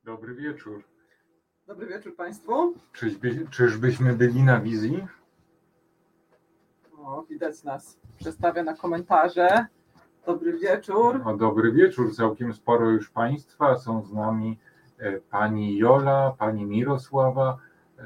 Dobry wieczór. Dobry wieczór Państwu. Czyżbyśmy byli na wizji? O, widać nas. Przestawia na komentarze. Dobry wieczór. Dobry wieczór. Całkiem sporo już Państwa. Są z nami pani Jola, pani Mirosława.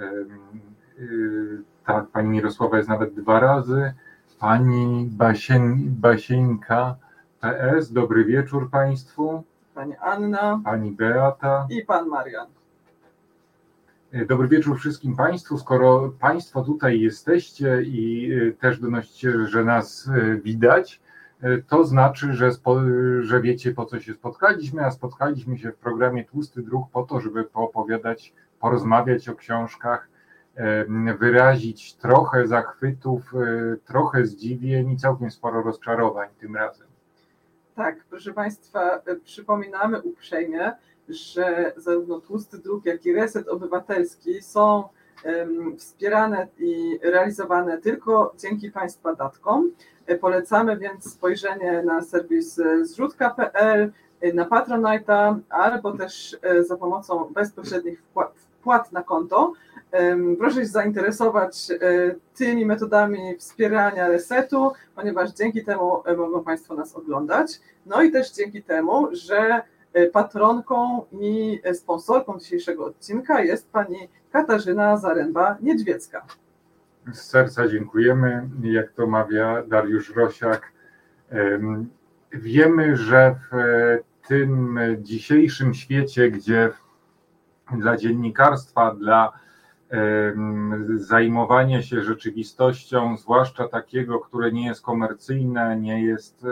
Tak, pani Mirosława jest nawet 2 razy. Pani Basieńka PS. Dobry wieczór Państwu. Pani Anna. Pani Beata. I pan Marian. Dobry wieczór wszystkim Państwu. Skoro Państwo tutaj jesteście i też donosicie, że nas widać, to znaczy, że wiecie, po co się spotkaliśmy, a spotkaliśmy się w programie Tłusty Druk po to, żeby poopowiadać, porozmawiać o książkach, wyrazić trochę zachwytów, trochę zdziwień i całkiem sporo rozczarowań tym razem. Tak, proszę Państwa, przypominamy uprzejmie, że zarówno Tłusty Druk, jak i Reset Obywatelski są wspierane i realizowane tylko dzięki Państwa datkom. Polecamy więc spojrzenie na serwis zrzutka.pl, na Patronite'a, albo też za pomocą bezpośrednich wpłat na konto. Proszę się zainteresować tymi metodami wspierania Resetu, ponieważ dzięki temu mogą Państwo nas oglądać. No i też dzięki temu, że patronką i sponsorką dzisiejszego odcinka jest pani Katarzyna Zaręba-Niedźwiecka. Z serca dziękujemy. Jak to mawia Dariusz Rosiak, wiemy, że w tym dzisiejszym świecie, gdzie dla dziennikarstwa, dla zajmowania się rzeczywistością, zwłaszcza takiego, które nie jest komercyjne, nie jest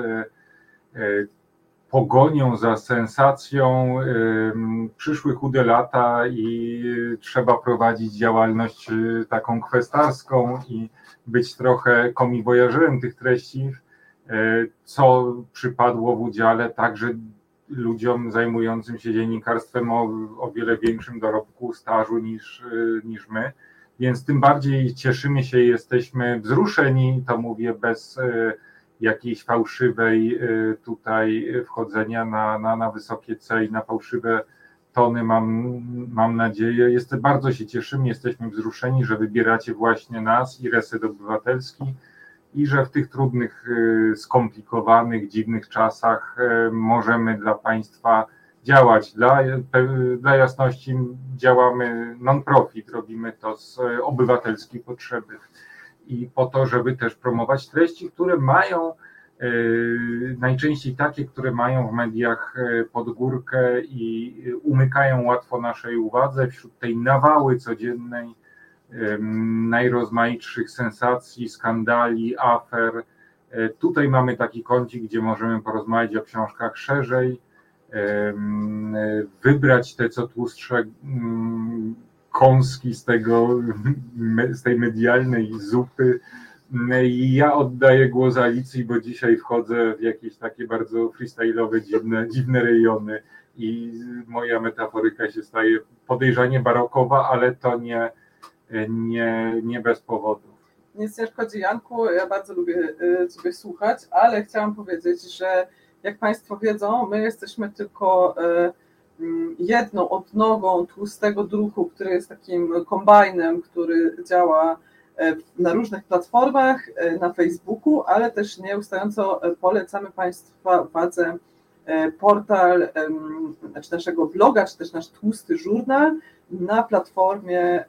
pogonią za sensacją, przyszły chude lata i trzeba prowadzić działalność taką kwestarską i być trochę komiwojażerem tych treści, co przypadło w udziale także ludziom zajmującym się dziennikarstwem o wiele większym dorobku, stażu niż my, więc tym bardziej cieszymy się i jesteśmy wzruszeni, to mówię bez jakiejś fałszywej tutaj wchodzenia na wysokie C i na fałszywe tony, mam nadzieję. Bardzo się cieszymy, jesteśmy wzruszeni, że wybieracie właśnie nas i Reset Obywatelski i że w tych trudnych, skomplikowanych, dziwnych czasach możemy dla Państwa działać. Dla jasności działamy non-profit, robimy to z obywatelskiej potrzeby i po to, żeby też promować treści, które mają, najczęściej takie, które mają w mediach pod górkę i umykają łatwo naszej uwadze wśród tej nawały codziennej, najrozmaitszych sensacji, skandali, afer. Tutaj mamy taki kącik, gdzie możemy porozmawiać o książkach szerzej, wybrać te co tłustsze kąski z tej medialnej zupy. I ja oddaję głos Alicji, bo dzisiaj wchodzę w jakieś takie bardzo freestyle'owe, dziwne rejony i moja metaforyka się staje podejrzanie barokowa, ale to nie bez powodu. Nic nie szkodzi, Janku, ja bardzo lubię Ciebie słuchać, ale chciałam powiedzieć, że jak Państwo wiedzą, my jesteśmy tylko jedną odnogą Tłustego Druku, który jest takim kombajnem, który działa na różnych platformach, na Facebooku, ale też nieustająco polecamy Państwa wadze portal, znaczy naszego bloga, czy też nasz Tłusty Żurnal na platformie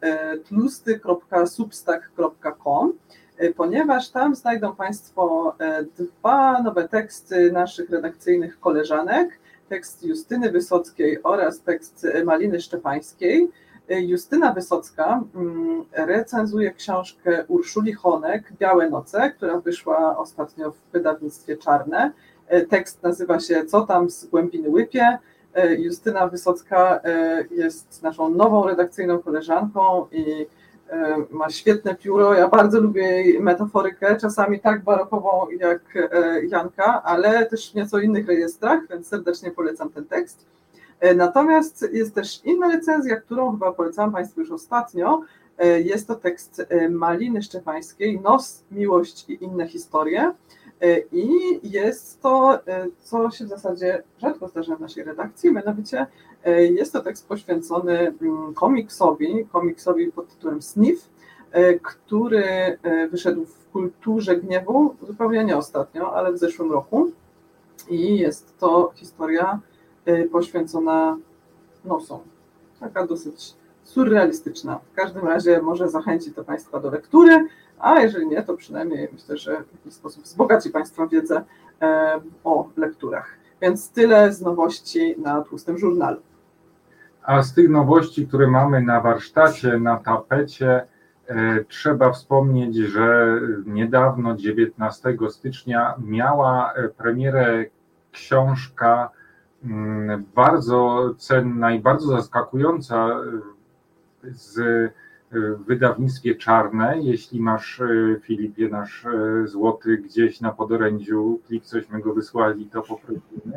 tłusty.substack.com, ponieważ tam znajdą Państwo 2 nowe teksty naszych redakcyjnych koleżanek, tekst Justyny Wysockiej oraz tekst Maliny Szczepańskiej. Justyna Wysocka recenzuje książkę Urszuli Honek „Białe noce”, która wyszła ostatnio w wydawnictwie Czarne. Tekst nazywa się „Co tam z głębiny łypie”. Justyna Wysocka jest naszą nową redakcyjną koleżanką i ma świetne pióro. Ja bardzo lubię jej metaforykę, czasami tak barokową jak Janka, ale też w nieco innych rejestrach, więc serdecznie polecam ten tekst. Natomiast jest też inna recenzja, którą chyba polecam Państwu już ostatnio. Jest to tekst Maliny Szczepańskiej „Nos, miłość i inne historie”. I jest to, co się w zasadzie rzadko zdarza w naszej redakcji, mianowicie jest to tekst poświęcony komiksowi pod tytułem Sniff, który wyszedł w Kulturze Gniewu zupełnie nie ostatnio, ale w zeszłym roku. I jest to historia poświęcona nosom. Taka dosyć surrealistyczna. W każdym razie może zachęci to Państwa do lektury, a jeżeli nie, to przynajmniej myślę, że w jakiś sposób wzbogaci Państwa wiedzę o lekturach. Więc tyle z nowości na Tłustym Żurnalu. A z tych nowości, które mamy na warsztacie, na tapecie, trzeba wspomnieć, że niedawno, 19 stycznia, miała premierę książka bardzo cenna i bardzo zaskakująca w wydawnictwie Czarne. Jeśli masz, Filipie, nasz złoty gdzieś na podorędziu, plik, cośmy go wysłali, to poprosimy.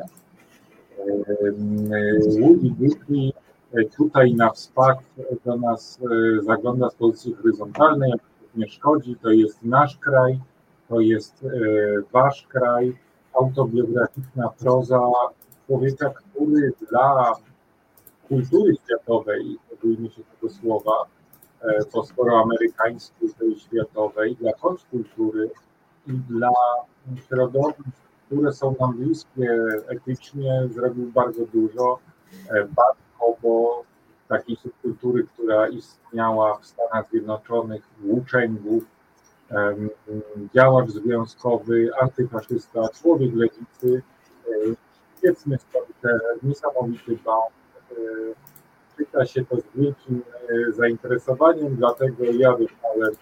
Woody Guthrie tutaj na wspak do nas zagląda z pozycji horyzontalnej, jak nie szkodzi, to jest nasz kraj, to jest wasz kraj, autobiograficzna proza człowieka, który dla kultury światowej, bójmy się tego słowa, bo skoro amerykańskiej, to i światowej, dla kontrkultury i dla środowisk, które są nam bliskie etycznie, zrobił bardzo dużo. Bo takiej subkultury, która istniała w Stanach Zjednoczonych, włóczęgów, działacz związkowy, antyfaszysta, człowiek lewicy, świetny storyteller, niesamowity band. Czyta się to z wielkim zainteresowaniem, dlatego ja dostałem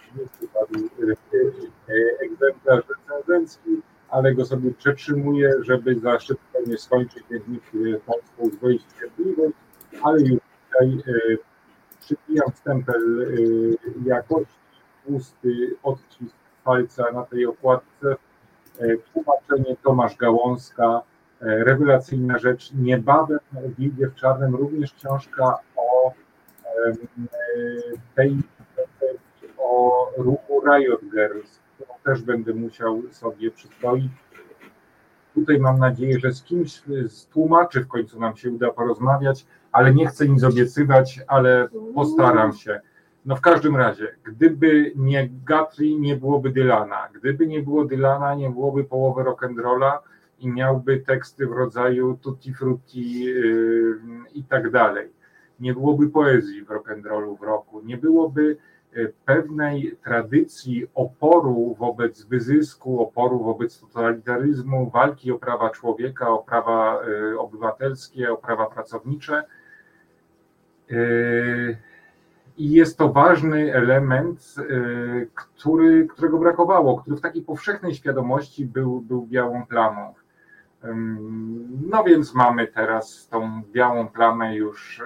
egzemplarz recenzencki, ale go sobie przetrzymuję, żeby za szybko nie skończyć, więc niech Państwo uzbroić cierpliwość, ale już tutaj przypijam stempel jakości, tłusty odcisk palca na tej okładce, tłumaczenie Tomasz Gałązka, rewelacyjna rzecz. Niebawem wyjdzie w Czarnym również książka o ruchu Riot Girls, którą też będę musiał sobie przyswoić. Tutaj mam nadzieję, że z kimś z tłumaczy w końcu nam się uda porozmawiać, ale nie chcę nic obiecywać, ale postaram się. No w każdym razie, gdyby nie Guthrie, nie byłoby Dylana. Gdyby nie było Dylana, nie byłoby połowy rock'n'rolla i miałby teksty w rodzaju Tutti Frutti i tak dalej. Nie byłoby poezji w rock'n'rollu w roku, nie byłoby pewnej tradycji oporu wobec wyzysku, oporu wobec totalitaryzmu, walki o prawa człowieka, o prawa obywatelskie, o prawa pracownicze. I jest to ważny element, którego brakowało, który w takiej powszechnej świadomości był białą plamą. No więc mamy teraz tą białą plamę już.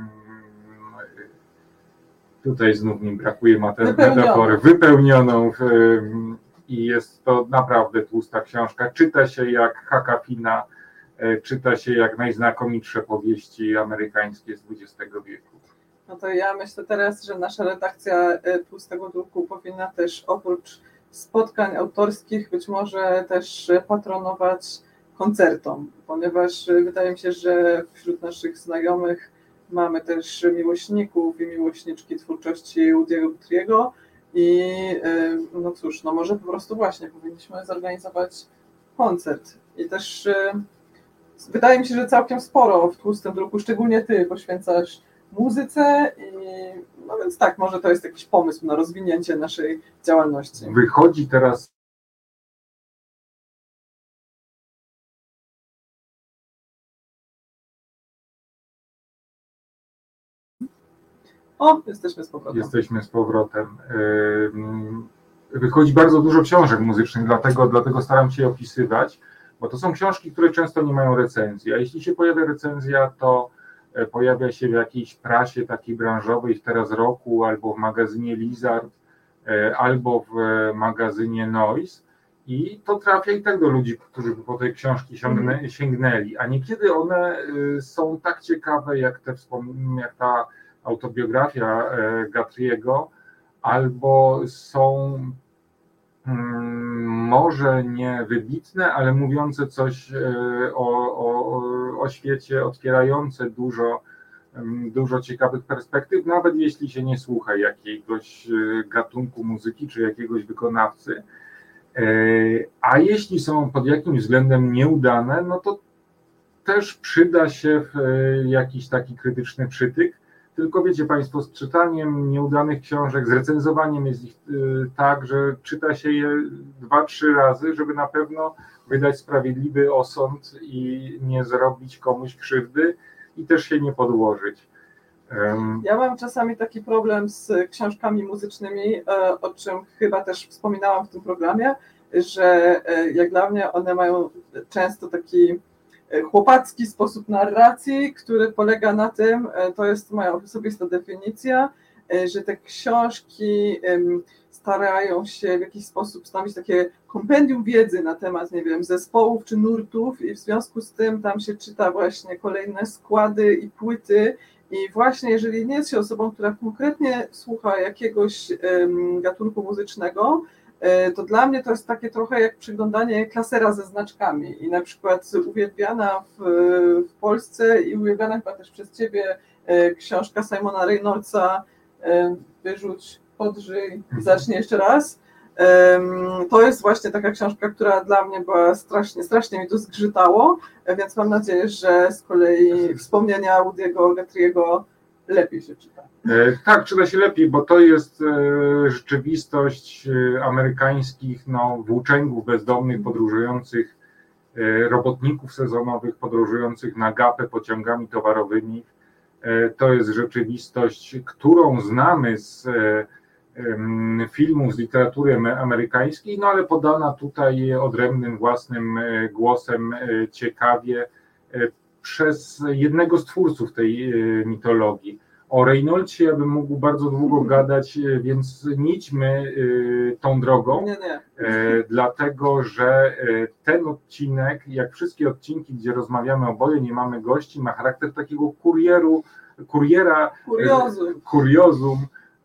Tutaj znów mi brakuje metafory, wypełnioną i jest to naprawdę tłusta książka. Czyta się jak Hakafina, czyta się jak najznakomitsze powieści amerykańskie z XX wieku. No to ja myślę teraz, że nasza redakcja Tłustego Druku powinna też oprócz spotkań autorskich być może też patronować koncertom, ponieważ wydaje mi się, że wśród naszych znajomych mamy też miłośników i miłośniczki twórczości Woody'ego Guthrie'ego i no cóż, no może po prostu właśnie powinniśmy zorganizować koncert. I też wydaje mi się, że całkiem sporo w Tłustym Druku, szczególnie ty, poświęcasz muzyce i no więc tak, może to jest jakiś pomysł na rozwinięcie naszej działalności. Wychodzi teraz Jesteśmy z powrotem. Jesteśmy z powrotem. Wychodzi bardzo dużo książek muzycznych, dlatego staram się je opisywać, bo to są książki, które często nie mają recenzji, a jeśli się pojawia recenzja, to pojawia się w jakiejś prasie takiej branżowej w Teraz Roku, albo w magazynie Lizard, albo w magazynie Noise i to trafia i tak do ludzi, którzy by po tej książki sięgnęli, a niekiedy one są tak ciekawe, jak ta autobiografia Guthrie'ego, albo są może nie wybitne, ale mówiące coś o świecie, otwierające dużo ciekawych perspektyw, nawet jeśli się nie słucha jakiegoś gatunku muzyki czy jakiegoś wykonawcy. A jeśli są pod jakimś względem nieudane, no to też przyda się jakiś taki krytyczny przytyk. Tylko wiecie Państwo, z czytaniem nieudanych książek, z recenzowaniem jest ich tak, że czyta się je 2-3 razy, żeby na pewno wydać sprawiedliwy osąd i nie zrobić komuś krzywdy i też się nie podłożyć. Ja mam czasami taki problem z książkami muzycznymi, o czym chyba też wspominałam w tym programie, że jak dla mnie one mają często taki chłopacki sposób narracji, który polega na tym, to jest moja osobista definicja, że te książki starają się w jakiś sposób stanowić takie kompendium wiedzy na temat, nie wiem, zespołów czy nurtów i w związku z tym tam się czyta właśnie kolejne składy i płyty i właśnie jeżeli nie jest się osobą, która konkretnie słucha jakiegoś gatunku muzycznego, to dla mnie to jest takie trochę jak przeglądanie klasera ze znaczkami i na przykład uwielbiana w Polsce i uwielbiana chyba też przez Ciebie książka Simona Reynoldsa Wyrzuć, podżyj i zacznij jeszcze raz. To jest właśnie taka książka, która dla mnie była strasznie mi to zgrzytało, więc mam nadzieję, że z kolei wspomnienia Woody'ego Guthrie'ego lepiej się czyta. Tak, czyta się lepiej, bo to jest rzeczywistość amerykańskich włóczęgów bezdomnych, podróżujących, robotników sezonowych, podróżujących na gapę pociągami towarowymi. To jest rzeczywistość, którą znamy z filmów, z literatury amerykańskiej, no ale podana tutaj odrębnym własnym głosem, ciekawie, przez jednego z twórców tej mitologii. O Reynoldsie ja bym mógł bardzo długo gadać, więc nie idźmy tą drogą, Nie. Dlatego że ten odcinek, jak wszystkie odcinki, gdzie rozmawiamy oboje, nie mamy gości, ma charakter takiego kuriozum.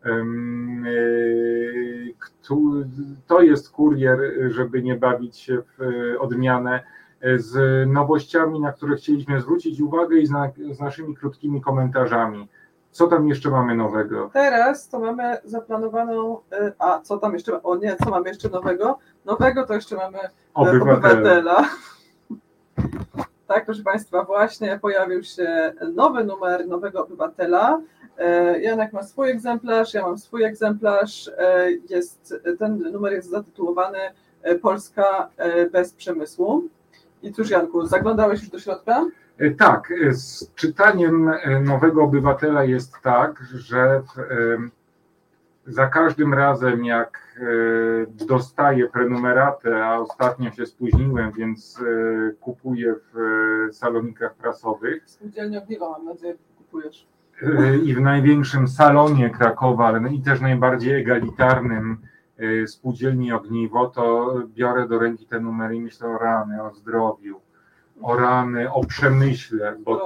To jest kurier, żeby nie bawić się w odmianę, z nowościami, na które chcieliśmy zwrócić uwagę i z naszymi krótkimi komentarzami. Co tam jeszcze mamy nowego? Teraz to mamy zaplanowaną, co mamy jeszcze nowego? Nowego to jeszcze mamy Obywatela. Tak, proszę Państwa, właśnie pojawił się nowy numer Nowego Obywatela. Janek ma swój egzemplarz, ja mam swój egzemplarz. Ten numer jest zatytułowany Polska bez przemysłu. I cóż, Janku, zaglądałeś już do środka? Tak, z czytaniem Nowego Obywatela jest tak, że za każdym razem jak dostaję prenumeratę, a ostatnio się spóźniłem, więc kupuję w salonikach prasowych. Spółdzielni Ogniwa, mam nadzieję, kupujesz. I w największym salonie Krakowa, ale i też najbardziej egalitarnym Spółdzielni Ogniwo, to biorę do ręki te numery i myślę o rany, o zdrowiu, o rany, o przemyśle, bo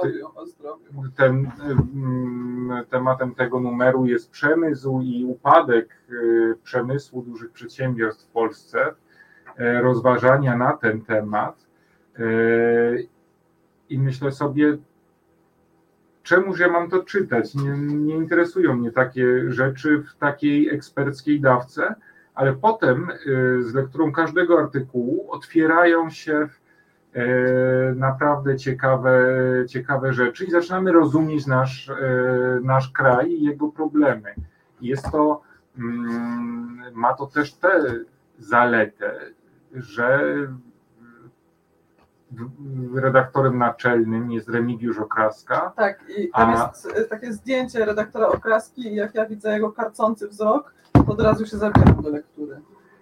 tematem tego numeru jest przemysł i upadek przemysłu dużych przedsiębiorstw w Polsce, rozważania na ten temat i myślę sobie, czemuż ja mam to czytać? Nie interesują mnie takie rzeczy w takiej eksperckiej dawce, ale potem z lekturą każdego artykułu otwierają się naprawdę ciekawe rzeczy i zaczynamy rozumieć nasz kraj i jego problemy. Jest to, ma to też tę zaletę, że redaktorem naczelnym jest Remigiusz Okraska. Tak, i tam jest takie zdjęcie redaktora Okraski i jak ja widzę jego karcący wzrok, to od razu się zabieram do lektury.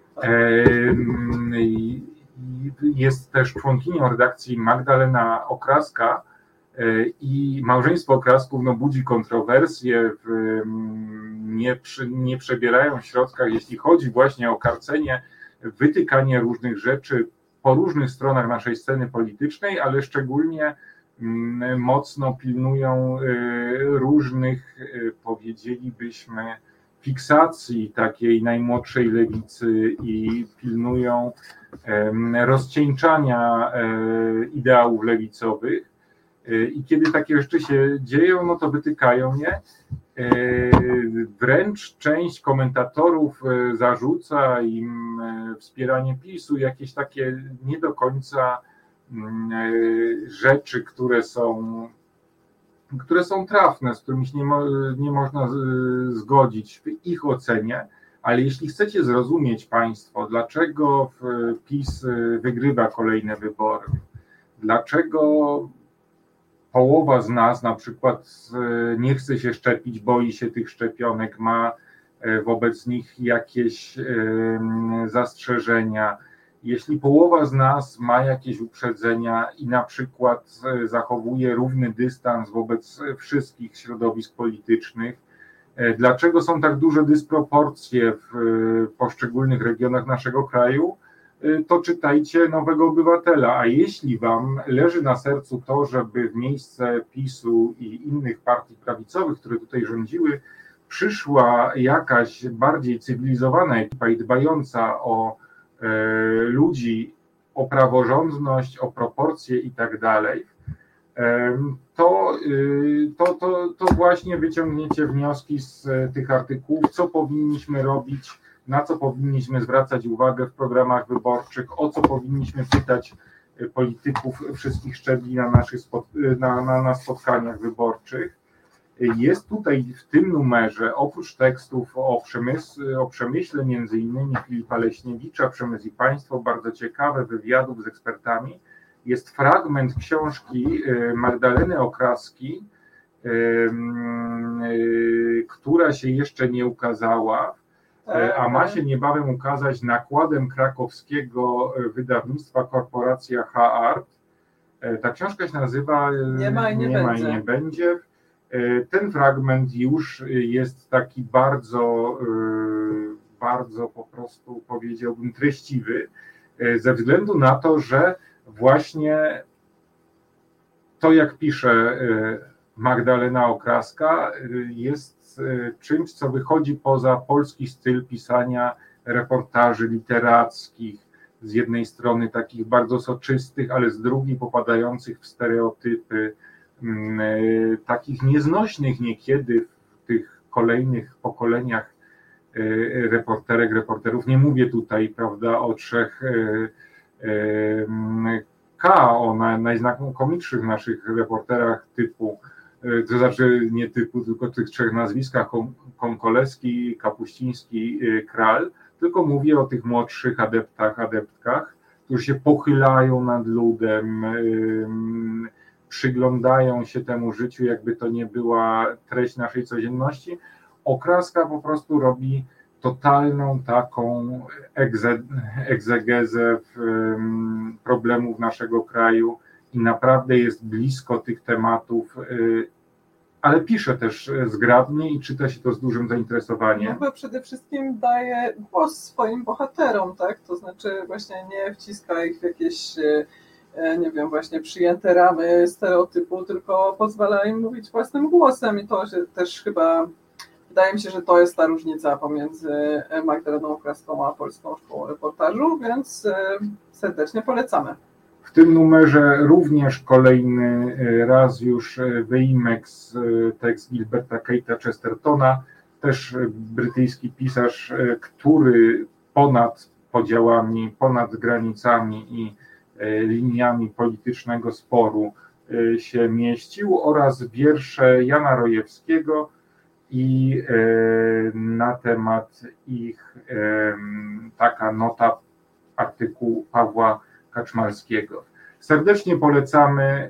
Jest też członkinią redakcji Magdalena Okraska i małżeństwo Okrasków budzi kontrowersje, nie przebierają w środkach, jeśli chodzi właśnie o karcenie, wytykanie różnych rzeczy po różnych stronach naszej sceny politycznej, ale szczególnie mocno pilnują różnych, powiedzielibyśmy, fiksacji takiej najmłodszej lewicy i pilnują rozcieńczania ideałów lewicowych. I kiedy takie rzeczy się dzieją, no to wytykają je. Wręcz część komentatorów zarzuca im wspieranie PiS-u, jakieś takie nie do końca rzeczy, które są trafne, z którymi się nie można zgodzić w ich ocenie, ale jeśli chcecie zrozumieć Państwo, dlaczego PiS wygrywa kolejne wybory, dlaczego połowa z nas na przykład nie chce się szczepić, boi się tych szczepionek, ma wobec nich jakieś zastrzeżenia. Jeśli połowa z nas ma jakieś uprzedzenia i na przykład zachowuje równy dystans wobec wszystkich środowisk politycznych, dlaczego są tak duże dysproporcje w poszczególnych regionach naszego kraju, to czytajcie Nowego Obywatela, a jeśli wam leży na sercu to, żeby w miejsce PiS-u i innych partii prawicowych, które tutaj rządziły, przyszła jakaś bardziej cywilizowana ekipa i dbająca o ludzi, o praworządność, o proporcje i tak dalej, to właśnie wyciągniecie wnioski z tych artykułów, co powinniśmy robić, na co powinniśmy zwracać uwagę w programach wyborczych, o co powinniśmy pytać polityków wszystkich szczebli na spotkaniach wyborczych. Jest tutaj w tym numerze, oprócz tekstów o przemyśle między innymi Filipa Leśniewicza, Przemysł i Państwo, bardzo ciekawe, wywiadów z ekspertami, jest fragment książki Magdaleny Okraski, która się jeszcze nie ukazała, a ma się niebawem ukazać nakładem krakowskiego wydawnictwa Korporacja H-Art. Ta książka się nazywa Nie ma i nie będzie. Ten fragment już jest taki bardzo, bardzo po prostu powiedziałbym treściwy, ze względu na to, że właśnie to, jak pisze Magdalena Okraska, jest czymś, co wychodzi poza polski styl pisania reportaży literackich, z jednej strony takich bardzo soczystych, ale z drugiej popadających w stereotypy, takich nieznośnych niekiedy w tych kolejnych pokoleniach reporterek, reporterów. Nie mówię tutaj, prawda, o trzech o najznakomitszych naszych reporterach typu, to znaczy nie typu, tylko tych trzech nazwiskach, Konkolewski, Kapuściński, Kral, tylko mówię o tych młodszych adeptkach, którzy się pochylają nad ludem, przyglądają się temu życiu, jakby to nie była treść naszej codzienności. Okraska po prostu robi totalną taką egzegezę problemów naszego kraju i naprawdę jest blisko tych tematów, ale pisze też zgrabnie i czyta się to z dużym zainteresowaniem. No bo przede wszystkim daje głos swoim bohaterom, tak? To znaczy właśnie nie wciska ich w jakieś, nie wiem, właśnie przyjęte ramy stereotypu, tylko pozwala im mówić własnym głosem i to się też chyba, wydaje mi się, że to jest ta różnica pomiędzy Magdaleną Okraską a Polską Szkołą Reportażu, więc serdecznie polecamy. W tym numerze również kolejny raz już wyimek z tekst Gilberta Keita Chestertona, też brytyjski pisarz, który ponad podziałami, ponad granicami i liniami politycznego sporu się mieścił, oraz wiersze Jana Rojewskiego i na temat ich taka nota, artykuł Pawła Kaczmarskiego. Serdecznie polecamy.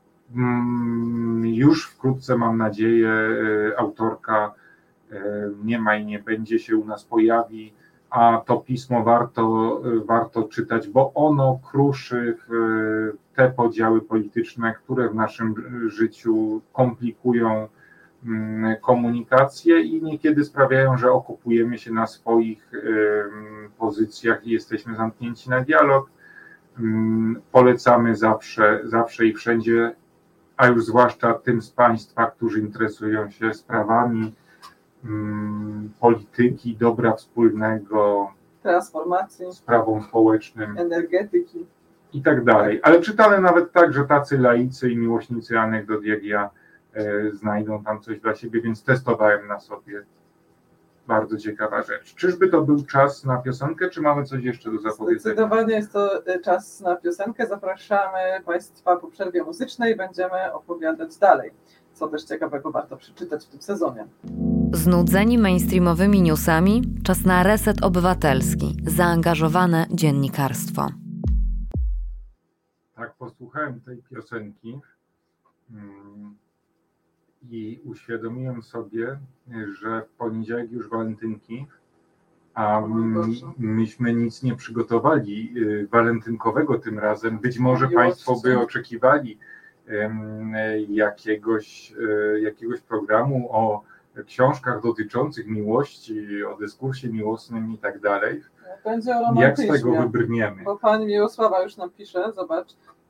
Już wkrótce, mam nadzieję, autorka Nie ma i nie będzie się u nas pojawi, a to pismo warto czytać, bo ono kruszy te podziały polityczne, które w naszym życiu komplikują komunikację i niekiedy sprawiają, że okupujemy się na swoich pozycjach i jesteśmy zamknięci na dialog. Polecamy zawsze i wszędzie, a już zwłaszcza tym z Państwa, którzy interesują się sprawami polityki, dobra wspólnego, transformacji, sprawom społecznym, energetyki i tak dalej. Ale czytane nawet tak, że tacy laicy i miłośnicy anegdot jak ja znajdą tam coś dla siebie, więc testowałem na sobie. Bardzo ciekawa rzecz. Czyżby to był czas na piosenkę, czy mamy coś jeszcze do zapowiedzenia? Zdecydowanie jest to czas na piosenkę. Zapraszamy Państwa po przerwie muzycznej. Będziemy opowiadać dalej, co też ciekawego warto przeczytać w tym sezonie. Znudzeni mainstreamowymi newsami? Czas na reset obywatelski. Zaangażowane dziennikarstwo. Tak, posłuchałem tej piosenki i uświadomiłem sobie, że w poniedziałek już walentynki, a myśmy nic nie przygotowali walentynkowego tym razem. Być może Państwo by oczekiwali jakiegoś programu o książkach dotyczących miłości, o dyskursie miłosnym i tak dalej. Będzie o romantyzmie. Jak z tego wybrniemy? Bo pani Mirosława już nam pisze, zobacz,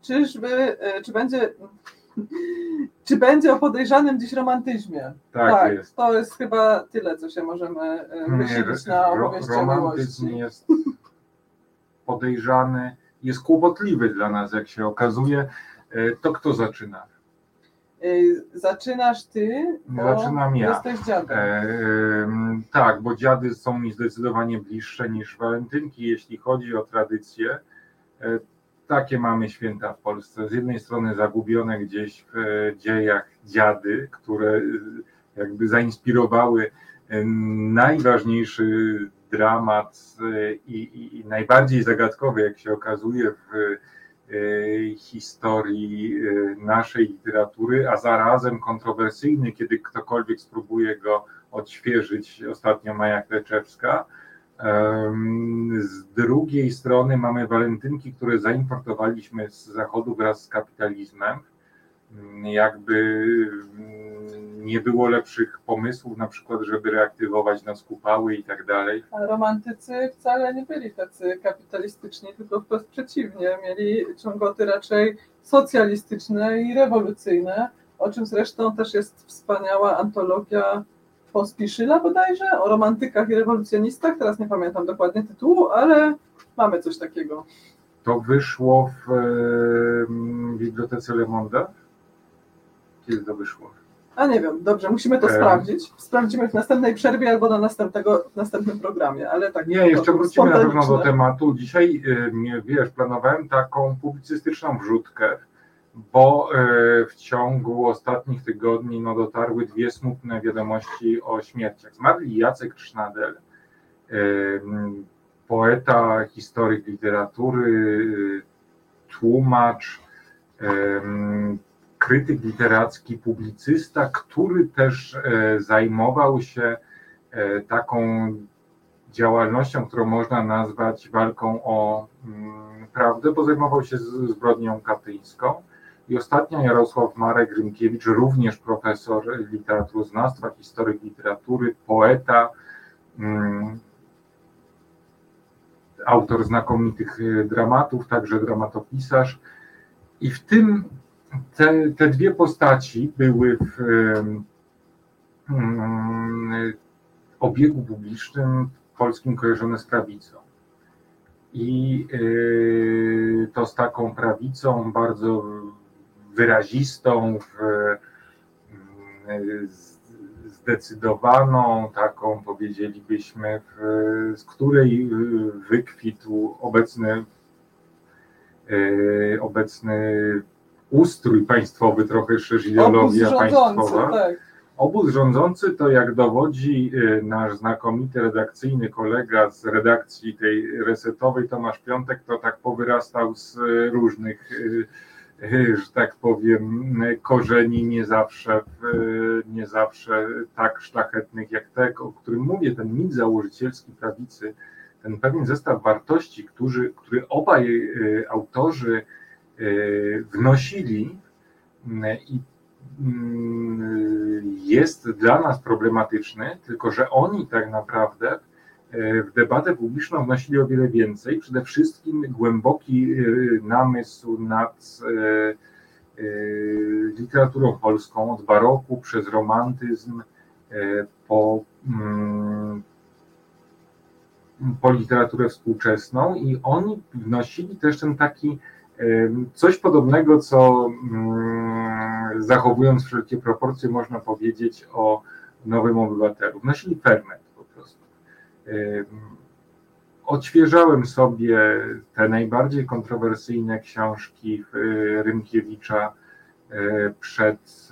czy będzie o podejrzanym dziś romantyzmie? Tak, jest. To jest chyba tyle, co się możemy wysilić na opowieści o romantyzm miłości. jest podejrzany, jest kłopotliwy dla nas, jak się okazuje. To kto zaczyna? Zaczynasz ty, bo Zaczynam ja. Jesteś dziadem. Tak, bo dziady są mi zdecydowanie bliższe niż walentynki, jeśli chodzi o tradycje. Takie mamy święta w Polsce. Z jednej strony zagubione gdzieś w dziejach dziady, które jakby zainspirowały najważniejszy dramat i najbardziej zagadkowy, jak się okazuje, w historii naszej literatury, a zarazem kontrowersyjny, kiedy ktokolwiek spróbuje go odświeżyć. Ostatnio Maja Kleczewska. Z drugiej strony mamy walentynki, które zaimportowaliśmy z Zachodu wraz z kapitalizmem. Jakby nie było lepszych pomysłów, na przykład, żeby reaktywować nas kupały i tak dalej. A romantycy wcale nie byli tacy kapitalistyczni, tylko wprost przeciwnie. Mieli ciągoty raczej socjalistyczne i rewolucyjne, o czym zresztą też jest wspaniała antologia Pospíšila bodajże, o romantykach i rewolucjonistach. Teraz nie pamiętam dokładnie tytułu, ale mamy coś takiego. To wyszło w Bibliotece Le Monde? Kiedy to wyszło? A nie wiem, dobrze, musimy to sprawdzić. Sprawdzimy w następnej przerwie albo na następnym programie, ale tak. Nie, jeszcze wrócimy na pewno do tematu. Dzisiaj, planowałem taką publicystyczną wrzutkę, bo w ciągu ostatnich tygodni dotarły dwie smutne wiadomości o śmierciach. Zmarł Jacek Trznadel, poeta, historyk literatury, tłumacz, krytyk literacki, publicysta, który też zajmował się taką działalnością, którą można nazwać walką o prawdę, bo zajmował się zbrodnią katyńską. I ostatnio Jarosław Marek Rynkiewicz, również profesor literaturoznawstwa, historyk literatury, poeta, autor znakomitych dramatów, także dramatopisarz. I w tym te dwie postaci były w obiegu publicznym polskim kojarzone z prawicą. I to z taką prawicą bardzo wyrazistą, zdecydowaną, taką powiedzielibyśmy, z której wykwitł obecny ustrój państwowy, trochę też ideologia państwowa. Tak. Obóz rządzący to, jak dowodzi nasz znakomity redakcyjny kolega z redakcji tej resetowej, Tomasz Piątek, to tak powyrastał z różnych, że tak powiem, korzeni, nie zawsze tak szlachetnych jak te, o którym mówię, ten mit założycielski prawicy, ten pewien zestaw wartości, który obaj autorzy wnosili i jest dla nas problematyczny, tylko że oni tak naprawdę w debatę publiczną wnosili o wiele więcej. Przede wszystkim głęboki namysł nad literaturą polską od baroku przez romantyzm po literaturę współczesną i oni wnosili też ten taki coś podobnego, co zachowując wszelkie proporcje można powiedzieć o Nowym Obywatelu. Wnosili ferment po prostu. Odświeżałem sobie te najbardziej kontrowersyjne książki Rymkiewicza przed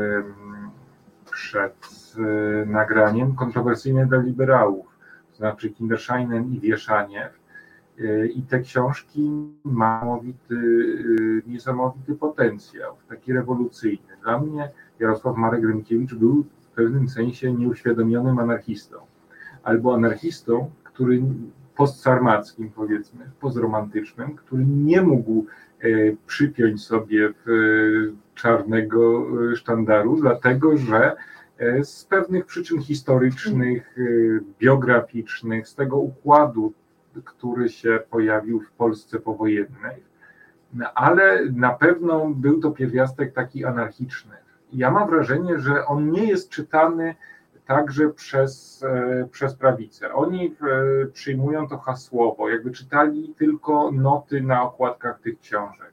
nagraniem, kontrowersyjne dla liberałów, to znaczy Kinderscheinen i Wieszaniew. I te książki mają niesamowity potencjał, taki rewolucyjny. Dla mnie Jarosław Marek Rymkiewicz był w pewnym sensie nieuświadomionym anarchistą, albo anarchistą, który postsarmackim, powiedzmy, postromantycznym, który nie mógł przypiąć sobie czarnego sztandaru, dlatego że z pewnych przyczyn historycznych, biograficznych, z tego układu, który się pojawił w Polsce powojennej, ale na pewno był to pierwiastek taki anarchiczny. Ja mam wrażenie, że on nie jest czytany także przez prawicę. Oni przyjmują to hasłowo, jakby czytali tylko noty na okładkach tych książek.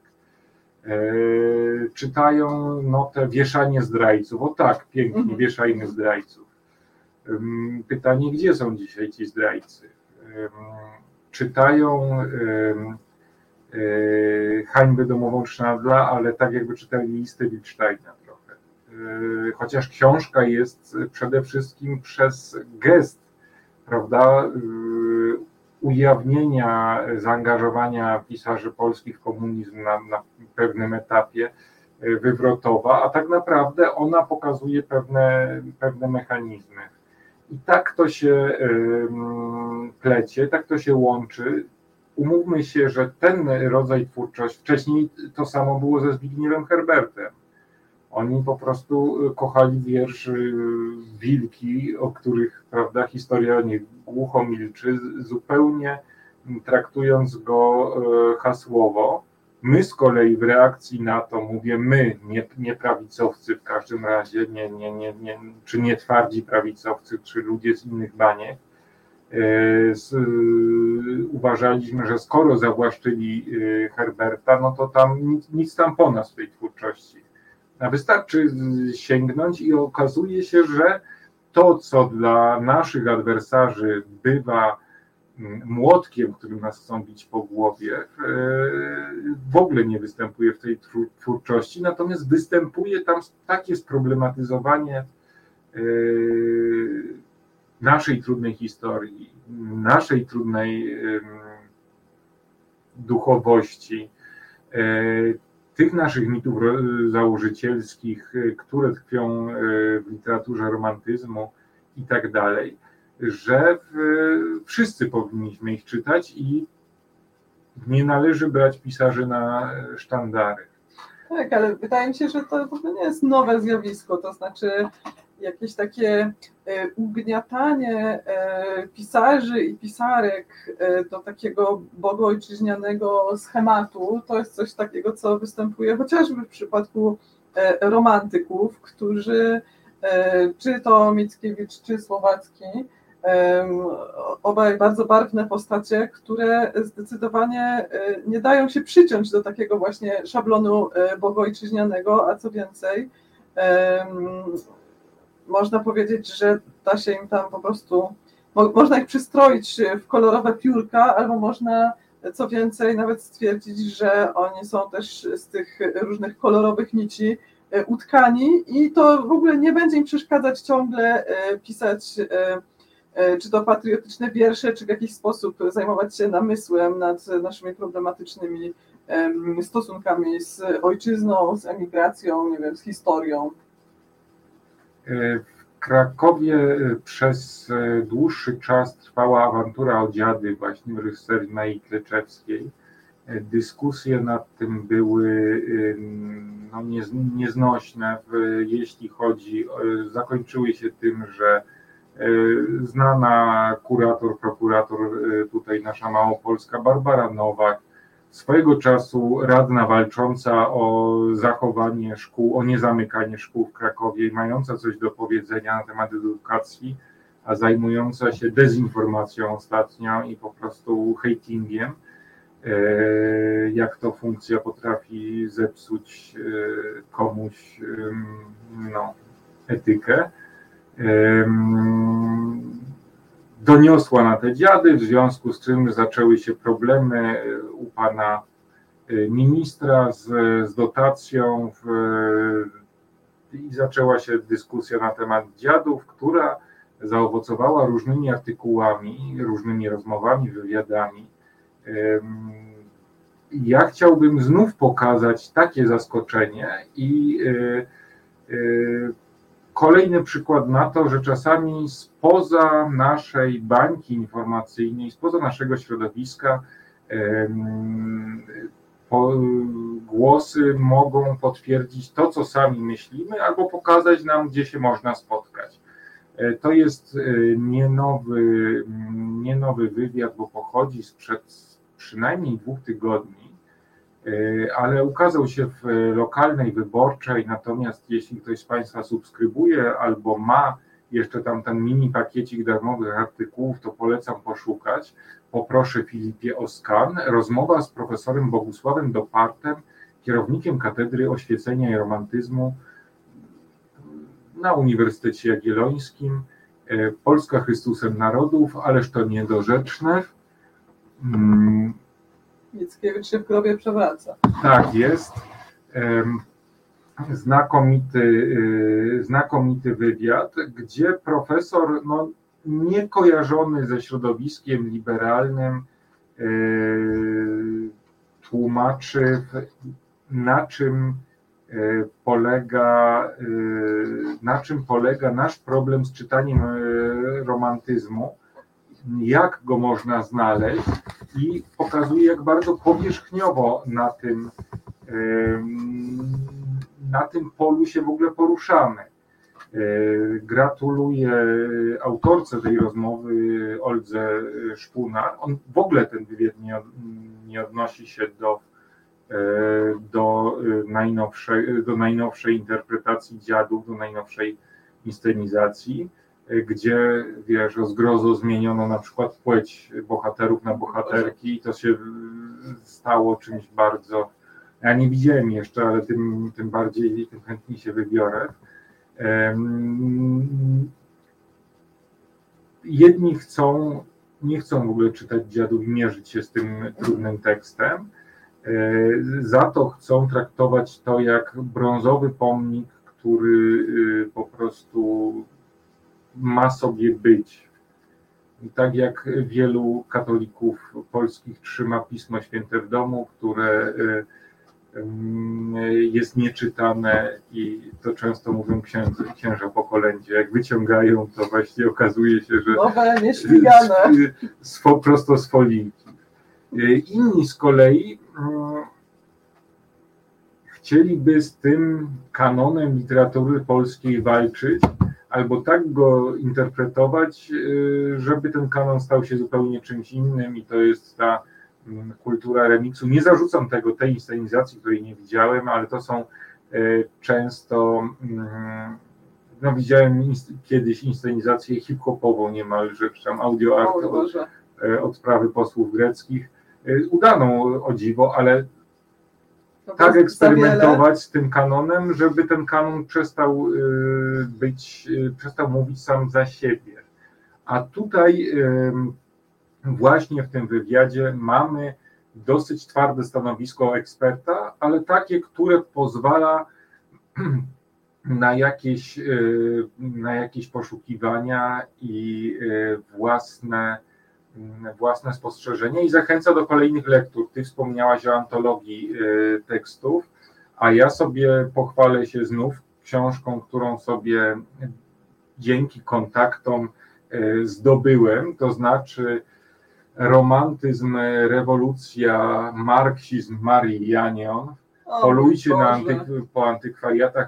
Czytają notę wieszanie zdrajców. O tak, pięknie, wieszajmy zdrajców. Pytanie, gdzie są dzisiaj ci zdrajcy? Czytają hańbę domową Schnabla, ale tak jakby czytali listę Wittsteina trochę. Chociaż książka jest przede wszystkim przez gest, prawda, ujawnienia zaangażowania pisarzy polskich w komunizm na pewnym etapie wywrotowa, a tak naprawdę ona pokazuje pewne mechanizmy. I tak to się plecie, tak to się łączy. Umówmy się, że ten rodzaj twórczości, wcześniej to samo było ze Zbigniewem Herbertem. Oni po prostu kochali wiersz Wilki, o których, prawda, historia o nich głucho milczy, zupełnie traktując go hasłowo. My z kolei w reakcji na to, mówię my, nie prawicowcy w każdym razie, czy nie twardzi prawicowcy, czy ludzie z innych baniek, uważaliśmy, że skoro zawłaszczyli Herberta, no to tam nic tam po nas w tej twórczości. A wystarczy sięgnąć i okazuje się, że to, co dla naszych adwersarzy bywa młotkiem, którym nas chcą bić po głowie, w ogóle nie występuje w tej twórczości, natomiast występuje tam takie sproblematyzowanie naszej trudnej historii, naszej trudnej duchowości, tych naszych mitów założycielskich, które tkwią w literaturze romantyzmu i tak dalej, że wszyscy powinniśmy ich czytać i nie należy brać pisarzy na sztandary. Tak, ale wydaje mi się, że to w ogóle nie jest nowe zjawisko, to znaczy jakieś takie ugniatanie pisarzy i pisarek do takiego bogoojczyźnianego schematu, to jest coś takiego, co występuje chociażby w przypadku romantyków, którzy, czy to Mickiewicz, czy Słowacki, obaj bardzo barwne postacie, które zdecydowanie nie dają się przyciąć do takiego właśnie szablonu bogoojczyźnianego, a co więcej, można powiedzieć, że da się im tam po prostu, można ich przystroić w kolorowe piórka, albo można, co więcej, nawet stwierdzić, że oni są też z tych różnych kolorowych nici utkani i to w ogóle nie będzie im przeszkadzać ciągle pisać czy to patriotyczne wiersze, czy w jakiś sposób zajmować się namysłem nad naszymi problematycznymi stosunkami z ojczyzną, z emigracją, nie wiem, z historią. W Krakowie przez dłuższy czas trwała awantura o dziady właśnie w reżyserii Mai Kleczewskiej. Dyskusje nad tym były nieznośne, jeśli chodzi, zakończyły się tym, że znana prokurator tutaj nasza małopolska Barbara Nowak swojego czasu radna walcząca o zachowanie szkół, o niezamykanie szkół w Krakowie, mająca coś do powiedzenia na temat edukacji, a zajmująca się dezinformacją ostatnio i po prostu hejtingiem, jak to funkcja potrafi zepsuć komuś etykę. Doniosła na te dziady, w związku z czym zaczęły się problemy u pana ministra z dotacją i zaczęła się dyskusja na temat dziadów, która zaowocowała różnymi artykułami, różnymi rozmowami, wywiadami. Ja chciałbym znów pokazać takie zaskoczenie i kolejny przykład na to, że czasami spoza naszej bańki informacyjnej, spoza naszego środowiska głosy mogą potwierdzić to, co sami myślimy, albo pokazać nam, gdzie się można spotkać. To jest nie nowy wywiad, bo pochodzi sprzed przynajmniej 2 tygodni, ale ukazał się w lokalnej wyborczej, natomiast jeśli ktoś z Państwa subskrybuje albo ma jeszcze tam ten mini pakiecik darmowych artykułów, to polecam poszukać. Poproszę Filipie o skan. Rozmowa z profesorem Bogusławem Dopartem, kierownikiem Katedry Oświecenia i Romantyzmu na Uniwersytecie Jagiellońskim. Polska Chrystusem Narodów, ależ to niedorzeczne. Mickiewicz się w grobie przewraca. Tak jest. Znakomity wywiad, gdzie profesor niekojarzony ze środowiskiem liberalnym tłumaczy, na czym polega nasz problem z czytaniem romantyzmu, jak go można znaleźć i pokazuje, jak bardzo powierzchniowo na tym polu się w ogóle poruszamy. Gratuluję autorce tej rozmowy, Oldze Szpunar. On w ogóle ten wywiad nie odnosi się do najnowszej interpretacji dziadów, do najnowszej inscenizacji, gdzie, wiesz, o zgrozo zmieniono na przykład płeć bohaterów na bohaterki i to się stało czymś bardzo... Ja nie widziałem jeszcze, ale tym bardziej, tym chętniej się wybiorę. Jedni nie chcą w ogóle czytać dziadów i mierzyć się z tym trudnym tekstem, za to chcą traktować to jak brązowy pomnik, który po prostu ma sobie być. I tak jak wielu katolików polskich trzyma Pismo Święte w domu, które jest nieczytane i to często mówią księża po kolędzie. Jak wyciągają, to właśnie okazuje się, że nowe, nieśmigane. Prosto z folijki. Inni z kolei chcieliby z tym kanonem literatury polskiej walczyć, albo tak go interpretować, żeby ten kanon stał się zupełnie czymś innym i to jest ta kultura remiksu. Nie zarzucam tej inscenizacji, której nie widziałem, ale to są często, widziałem kiedyś inscenizację hip-hopową niemalże, czy tam audio art od sprawy posłów greckich, udaną o dziwo, ale tak eksperymentować z tym kanonem, żeby ten kanon przestał mówić sam za siebie. A tutaj właśnie w tym wywiadzie mamy dosyć twarde stanowisko eksperta, ale takie, które pozwala na jakieś poszukiwania i własne spostrzeżenia i zachęca do kolejnych lektur. Ty wspomniałaś o antologii tekstów, a ja sobie pochwalę się znów książką, którą sobie dzięki kontaktom zdobyłem, to znaczy Romantyzm, rewolucja, marksizm Marii Janion. Polujcie po antykwariatach,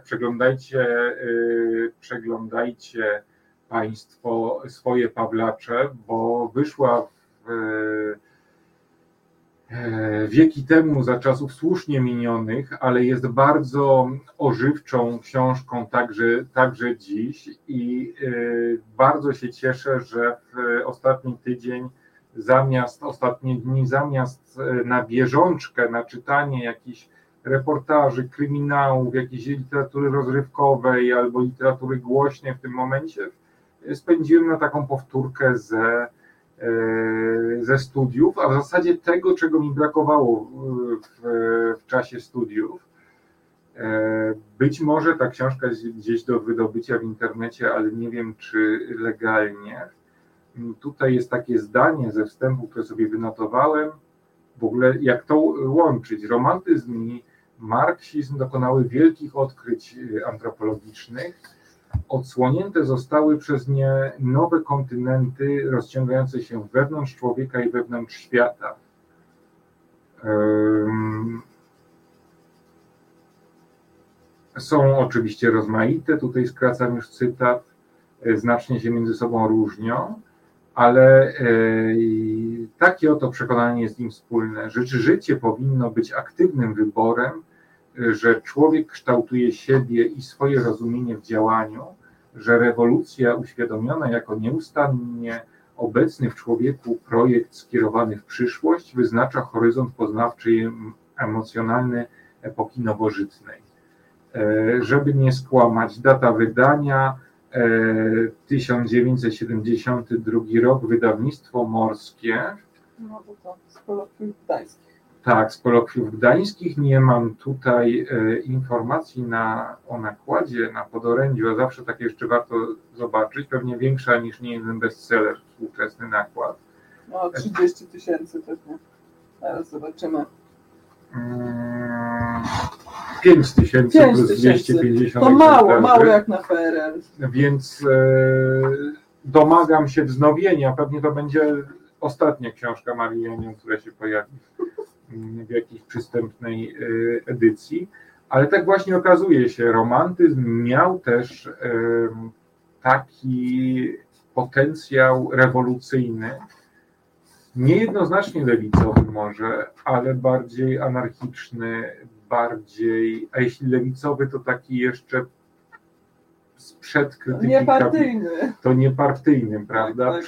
przeglądajcie Państwo swoje Pawlacze, bo wyszła wieki temu, za czasów słusznie minionych, ale jest bardzo ożywczą książką także dziś i bardzo się cieszę, że w ostatni tydzień, ostatnie dni, zamiast na bieżączkę, na czytanie jakichś reportaży, kryminałów, jakiejś literatury rozrywkowej albo literatury głośnej w tym momencie, spędziłem na taką powtórkę ze studiów, a w zasadzie tego, czego mi brakowało w czasie studiów. Być może ta książka jest gdzieś do wydobycia w internecie, ale nie wiem, czy legalnie. Tutaj jest takie zdanie ze wstępu, które sobie wynotowałem. W ogóle jak to łączyć? Romantyzm i marksizm dokonały wielkich odkryć antropologicznych. Odsłonięte zostały przez nie nowe kontynenty rozciągające się wewnątrz człowieka i wewnątrz świata. Są oczywiście rozmaite, tutaj skracam już cytat, znacznie się między sobą różnią, ale takie oto przekonanie jest im wspólne, że życie powinno być aktywnym wyborem, że człowiek kształtuje siebie i swoje rozumienie w działaniu, że rewolucja uświadomiona jako nieustannie obecny w człowieku projekt skierowany w przyszłość wyznacza horyzont poznawczy i emocjonalny epoki nowożytnej. Żeby nie skłamać, data wydania 1972 rok, wydawnictwo Morskie. No to z kolokwiów gdańskich. Tak, z kolokwiów gdańskich. Nie mam tutaj informacji o nakładzie, na podorędziu, a zawsze takie jeszcze warto zobaczyć, pewnie większa niż niejeden bestseller, współczesny nakład. No 30 000 pewnie, teraz zobaczymy. 5 000 plus 250. To mało jak na PRL. Więc domagam się wznowienia, pewnie to będzie ostatnia książka Marii Janion, która się pojawi w jakiejś przystępnej edycji, ale tak właśnie okazuje się, romantyzm miał też taki potencjał rewolucyjny, niejednoznacznie lewicowy może, ale bardziej anarchiczny, a jeśli lewicowy, to taki jeszcze sprzed krytyki. Niepartyjny. To niepartyjnym, prawda? Tak.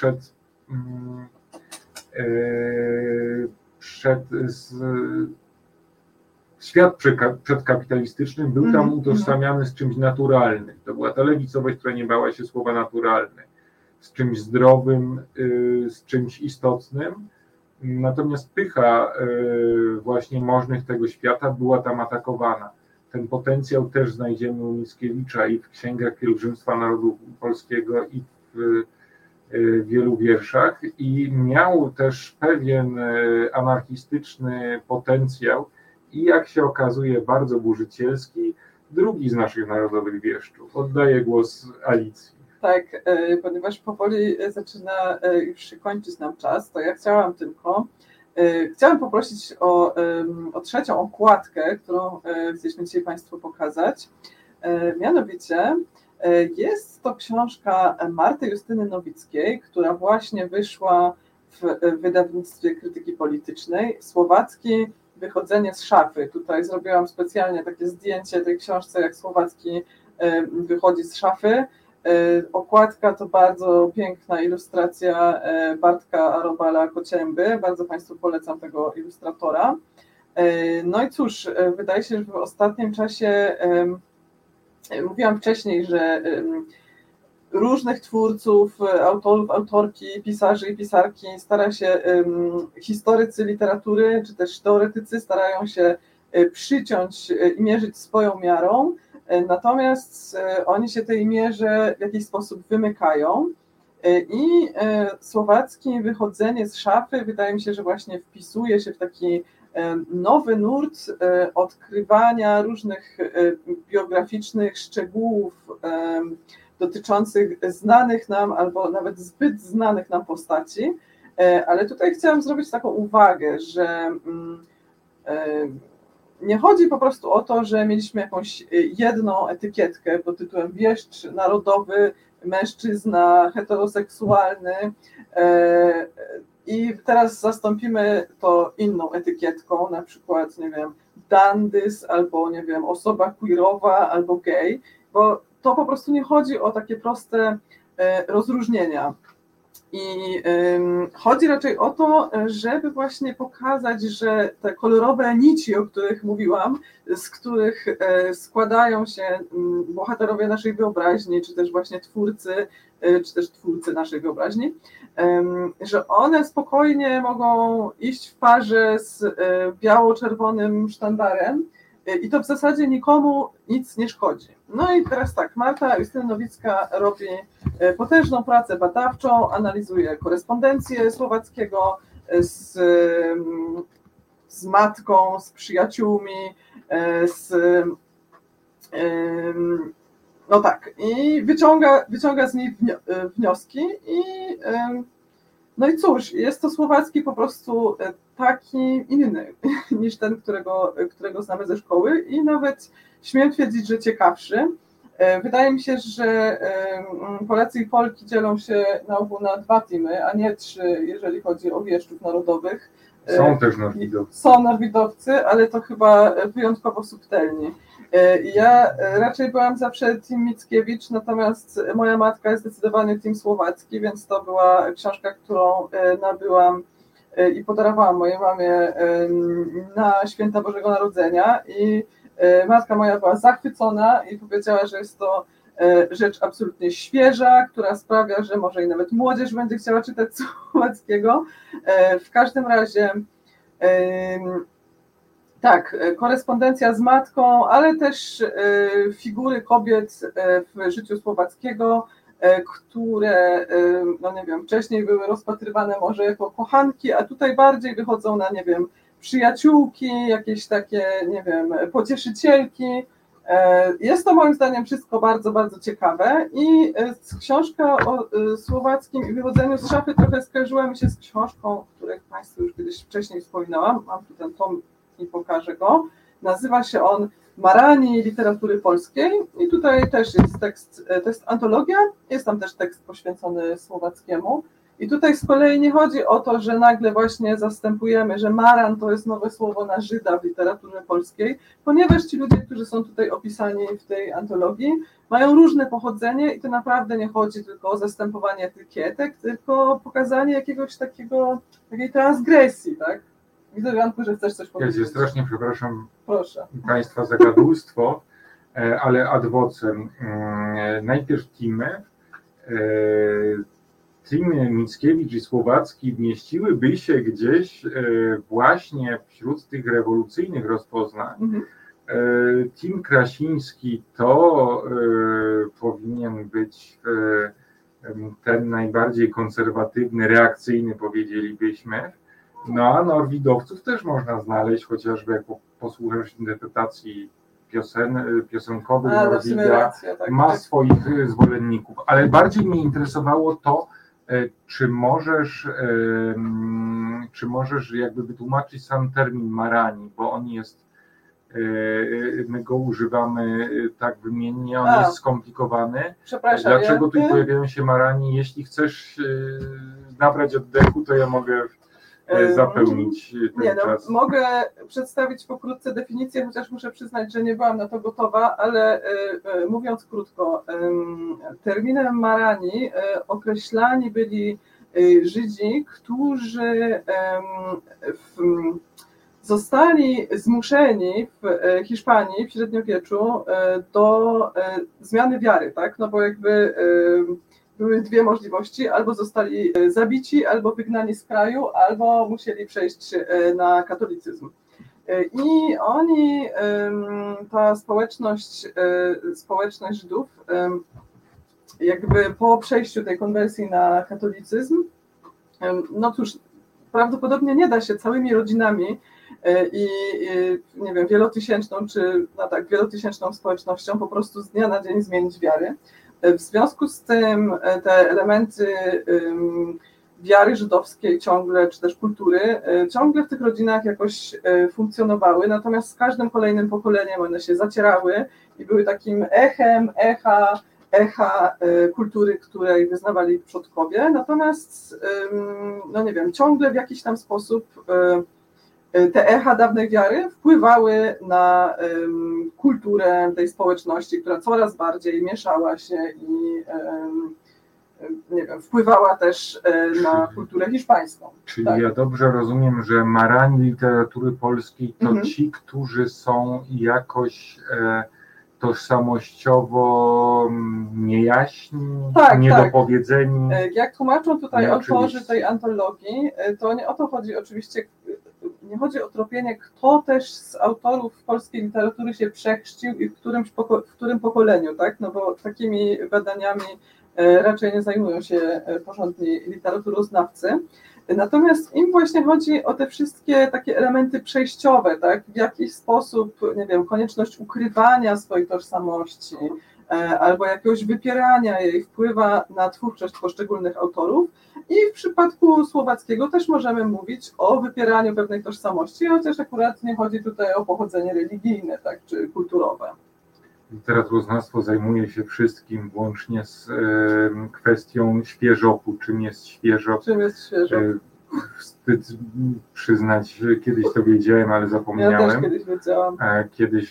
Świat przedkapitalistyczny był tam utożsamiany z czymś naturalnym. To była ta lewicowość, która nie bała się słowa naturalny, z czymś zdrowym, z czymś istotnym. Natomiast pycha właśnie możnych tego świata była tam atakowana. Ten potencjał też znajdziemy u Mickiewicza i w księgach Pielgrzymstwa Narodu Polskiego i w wielu wierszach i miał też pewien anarchistyczny potencjał i jak się okazuje bardzo burzycielski, drugi z naszych narodowych wieszczów. Oddaję głos Alicji. Tak, ponieważ powoli zaczyna już się kończyć nam czas, to ja chciałam poprosić o trzecią okładkę, którą chcieliśmy dzisiaj Państwu pokazać. Mianowicie jest to książka Marty Justyny Nowickiej, która właśnie wyszła w wydawnictwie Krytyki Politycznej. Słowacki Wychodzenie z szafy. Tutaj zrobiłam specjalnie takie zdjęcie tej książce, jak Słowacki wychodzi z szafy. Okładka to bardzo piękna ilustracja Bartka Robala-Kocięby. Bardzo Państwu polecam tego ilustratora. No i cóż, wydaje się, że w ostatnim czasie, mówiłam wcześniej, że różnych twórców, autorów, autorki, pisarzy i pisarki stara się, historycy literatury, czy też teoretycy starają się przyciąć i mierzyć swoją miarą, natomiast oni się tej mierze w jakiś sposób wymykają i Słowacki Wychodzenie z szafy wydaje mi się, że właśnie wpisuje się w taki nowy nurt odkrywania różnych biograficznych szczegółów dotyczących znanych nam albo nawet zbyt znanych nam postaci, ale tutaj chciałam zrobić taką uwagę, że nie chodzi po prostu o to, że mieliśmy jakąś jedną etykietkę pod tytułem wieszcz narodowy, mężczyzna heteroseksualny, I teraz zastąpimy to inną etykietką, na przykład, nie wiem, dandys, albo, nie wiem, osoba queerowa, albo gay, bo to po prostu nie chodzi o takie proste rozróżnienia. I chodzi raczej o to, żeby właśnie pokazać, że te kolorowe nici, o których mówiłam, z których składają się bohaterowie naszej wyobraźni, czy też właśnie twórcy naszej wyobraźni, że one spokojnie mogą iść w parze z biało-czerwonym sztandarem i to w zasadzie nikomu nic nie szkodzi. No i teraz tak, Marta Justyna-Nowicka robi potężną pracę badawczą, analizuje korespondencję Słowackiego z matką, z przyjaciółmi, no tak, i wyciąga z niej wnioski no i cóż, jest to Słowacki po prostu taki inny niż ten, którego znamy ze szkoły i nawet śmiem twierdzić, że ciekawszy. Wydaje mi się, że Polacy i Polki dzielą się na ogół na 2 teamy, a nie 3, jeżeli chodzi o wieszczów narodowych. Są też norwidowcy. Są norwidowcy, ale to chyba wyjątkowo subtelni. Ja raczej byłam zawsze team Mickiewicz, natomiast moja matka jest zdecydowanie team Słowacki, więc to była książka, którą nabyłam i podarowałam mojej mamie na święta Bożego Narodzenia i matka moja była zachwycona i powiedziała, że jest to rzecz absolutnie świeża, która sprawia, że może i nawet młodzież będzie chciała czytać Słowackiego. W każdym razie tak, korespondencja z matką, ale też figury kobiet w życiu Słowackiego, które, no nie wiem, wcześniej były rozpatrywane może jako kochanki, a tutaj bardziej wychodzą na, nie wiem, przyjaciółki, jakieś takie, nie wiem, pocieszycielki. Jest to moim zdaniem wszystko bardzo, bardzo ciekawe i książka o Słowackim i wychodzeniu z szafy trochę skojarzyła mi się z książką, o której Państwu już kiedyś wcześniej wspominałam, mam tu ten tom i pokażę go. Nazywa się on Marani literatury polskiej i tutaj też jest tekst, to jest antologia, jest tam też tekst poświęcony Słowackiemu i tutaj z kolei nie chodzi o to, że nagle właśnie zastępujemy, że maran to jest nowe słowo na Żyda w literaturze polskiej, ponieważ ci ludzie, którzy są tutaj opisani w tej antologii, mają różne pochodzenie i to naprawdę nie chodzi tylko o zastępowanie etykietek, tylko pokazanie jakiegoś takiej transgresji, tak? Widzę, Janku, że chcesz coś powiedzieć. Ja cię strasznie przepraszam. Proszę. Państwa za gadulstwo, ale ad vocem. Najpierw teamy Mickiewicz i Słowacki mieściłyby się gdzieś właśnie wśród tych rewolucyjnych rozpoznań. Team Krasiński to powinien być ten najbardziej konserwatywny, reakcyjny, powiedzielibyśmy. No a norwidowców też można znaleźć, chociażby jak posłuchasz interpretacji piosenkowych Norwida, tak, ma tak. swoich zwolenników. Ale bardziej mnie interesowało to, czy możesz jakby wytłumaczyć sam termin marani, bo on jest, my go używamy tak wymiennie, on jest skomplikowany. Przepraszam. Dlaczego tu pojawiają się marani? Jeśli chcesz nabrać oddechu, to ja mogę zapełnić ten czas. Mogę przedstawić pokrótce definicję, chociaż muszę przyznać, że nie byłam na to gotowa, ale mówiąc krótko, terminem marani określani byli Żydzi, którzy zostali zmuszeni w Hiszpanii w średniowieczu do zmiany wiary, tak? No bo jakby były 2 możliwości, albo zostali zabici, albo wygnani z kraju, albo musieli przejść na katolicyzm. I oni, ta społeczność Żydów, jakby po przejściu tej konwersji na katolicyzm, no cóż, prawdopodobnie nie da się całymi rodzinami i nie wiem, wielotysięczną społecznością po prostu z dnia na dzień zmienić wiary. W związku z tym te elementy wiary żydowskiej ciągle, czy też kultury, ciągle w tych rodzinach jakoś funkcjonowały, natomiast z każdym kolejnym pokoleniem one się zacierały i były takim echa echa kultury, której wyznawali przodkowie, natomiast no nie wiem, ciągle w jakiś tam sposób te echa dawnej wiary wpływały na kulturę tej społeczności, która coraz bardziej mieszała się i nie wiem, wpływała też na kulturę hiszpańską. Czyli tak. Ja dobrze rozumiem, że marani literatury polskiej to ci, którzy są jakoś tożsamościowo niejaśni, niedopowiedzeni. Tak. Jak tłumaczą tutaj autorzy tej antologii, to nie o to chodzi oczywiście, nie chodzi o tropienie, kto też z autorów polskiej literatury się przechrzcił i w którym pokoleniu, tak? No bo takimi badaniami raczej nie zajmują się porządni literaturoznawcy. Natomiast im właśnie chodzi o te wszystkie takie elementy przejściowe, tak? W jakiś sposób, nie wiem, konieczność ukrywania swojej tożsamości albo jakiegoś wypierania jej wpływa na twórczość poszczególnych autorów. I w przypadku Słowackiego też możemy mówić o wypieraniu pewnej tożsamości, chociaż akurat nie chodzi tutaj o pochodzenie religijne, tak, czy kulturowe. Literaturoznawstwo zajmuje się wszystkim, włącznie z kwestią świeżoku. Czym jest świeżok? Czym jest świeżok? Wstyd przyznać, że kiedyś to wiedziałem, ale zapomniałem. Ja też kiedyś wiedziałam. Kiedyś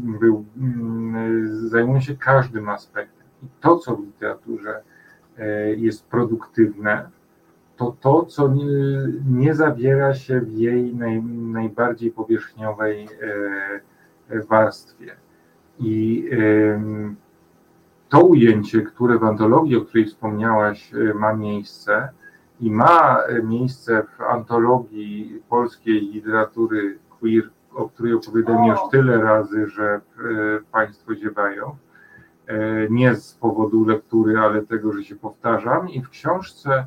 zajmuje się każdym aspektem. I to, co w literaturze jest produktywne, to co nie zawiera się w jej najbardziej powierzchniowej warstwie. I to ujęcie, które w antologii, o której wspomniałaś, ma miejsce i ma miejsce w antologii polskiej literatury queer, o której opowiadam już tyle razy, że Państwo ziewają. Nie z powodu lektury, ale tego, że się powtarzam. I w książce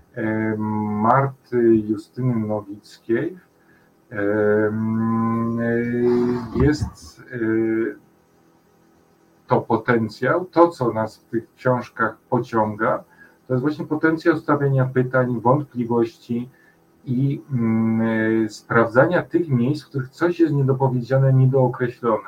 Marty Justyny Nowickiej jest to potencjał, to co nas w tych książkach pociąga, to jest właśnie potencjał stawiania pytań, wątpliwości i sprawdzania tych miejsc, w których coś jest niedopowiedziane, niedookreślone.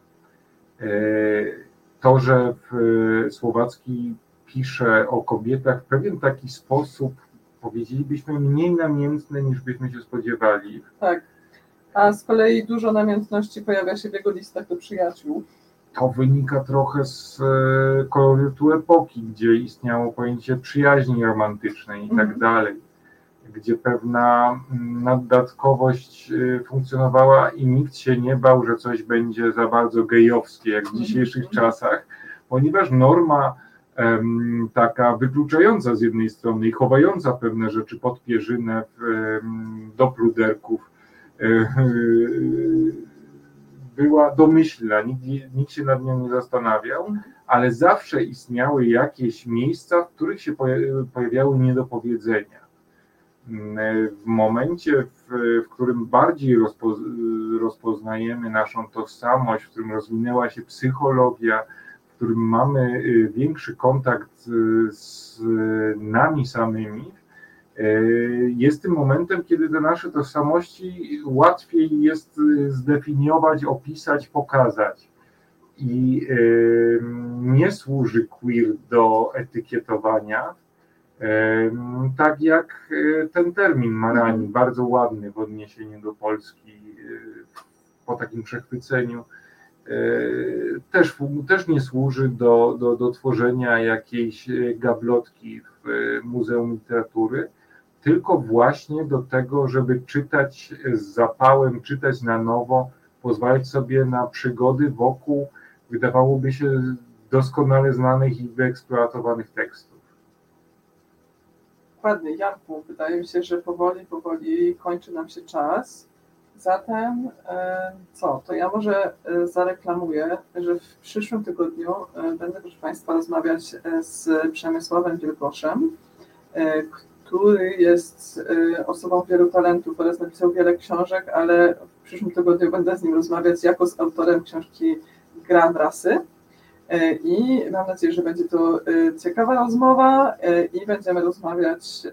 To, że Słowacki pisze o kobietach w pewien taki sposób, powiedzielibyśmy, mniej namiętny, niż byśmy się spodziewali. Tak, a z kolei dużo namiętności pojawia się w jego listach do przyjaciół. To wynika trochę z kolorytu epoki, gdzie istniało pojęcie przyjaźni romantycznej i tak dalej, gdzie pewna naddatkowość funkcjonowała i nikt się nie bał, że coś będzie za bardzo gejowskie, jak w dzisiejszych czasach, ponieważ norma taka wykluczająca z jednej strony i chowająca pewne rzeczy pod pierzynę do pluderków była domyślna, nikt się nad nią nie zastanawiał, ale zawsze istniały jakieś miejsca, w których się pojawiały niedopowiedzenia. W momencie, w którym bardziej rozpoznajemy naszą tożsamość, w którym rozwinęła się psychologia, w którym mamy większy kontakt z nami samymi, jest tym momentem, kiedy te nasze tożsamości łatwiej jest zdefiniować, opisać, pokazać. I nie służy queer do etykietowania, tak jak ten termin marani, bardzo ładny w odniesieniu do Polski, po takim przechwyceniu, też nie służy do tworzenia jakiejś gablotki w Muzeum Literatury, tylko właśnie do tego, żeby czytać z zapałem, czytać na nowo, pozwalać sobie na przygody wokół, wydawałoby się, doskonale znanych i wyeksploatowanych tekstów. Dokładnie, Janku, wydaje mi się, że powoli kończy nam się czas. Zatem to ja może zareklamuję, że w przyszłym tygodniu będę, proszę Państwa, rozmawiać z Przemysławem Wielgoszem, który jest osobą wielu talentów oraz napisał wiele książek, ale w przyszłym tygodniu będę z nim rozmawiać jako z autorem książki Gra rasy. I mam nadzieję, że będzie to ciekawa rozmowa i będziemy rozmawiać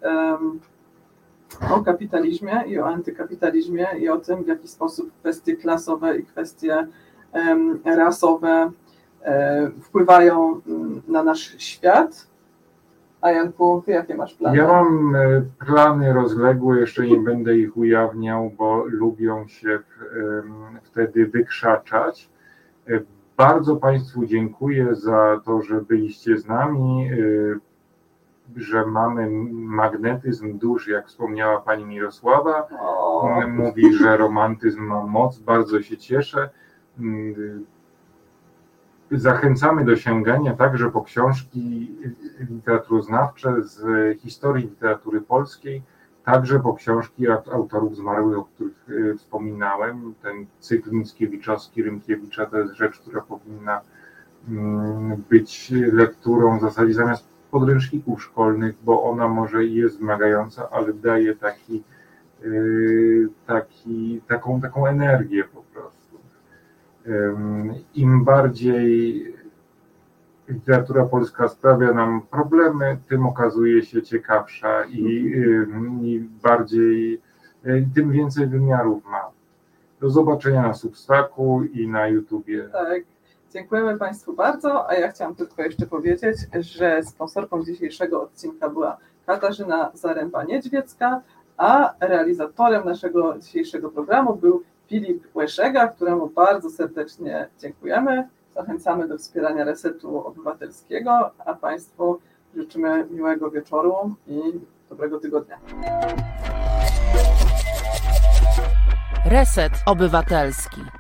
o kapitalizmie i o antykapitalizmie i o tym, w jaki sposób kwestie klasowe i kwestie rasowe wpływają na nasz świat. A Janku, ty jakie masz plany? Ja mam plany rozległe, jeszcze nie będę ich ujawniał, bo lubią się wtedy wykrzaczać. Bardzo Państwu dziękuję za to, że byliście z nami, że mamy magnetyzm duży, jak wspomniała Pani Mirosława. Mówi, że romantyzm ma moc, bardzo się cieszę. Zachęcamy do sięgania także po książki literaturoznawcze z historii literatury polskiej, także po książki autorów zmarłych, o których wspominałem. Ten cykl Mickiewiczowski, Rymkiewicza to jest rzecz, która powinna być lekturą w zasadzie zamiast podręczników szkolnych, bo ona może i jest wymagająca, ale daje taką energię po prostu. Im bardziej literatura polska sprawia nam problemy, tym okazuje się ciekawsza i bardziej, tym więcej wymiarów ma. Do zobaczenia na Substacku i na YouTubie. Tak, dziękujemy Państwu bardzo, a ja chciałam tylko jeszcze powiedzieć, że sponsorką dzisiejszego odcinka była Katarzyna Zaręba-Niedźwiecka, a realizatorem naszego dzisiejszego programu był Filip Łeszega, któremu bardzo serdecznie dziękujemy. Zachęcamy do wspierania Resetu Obywatelskiego, a Państwu życzymy miłego wieczoru i dobrego tygodnia. Reset Obywatelski.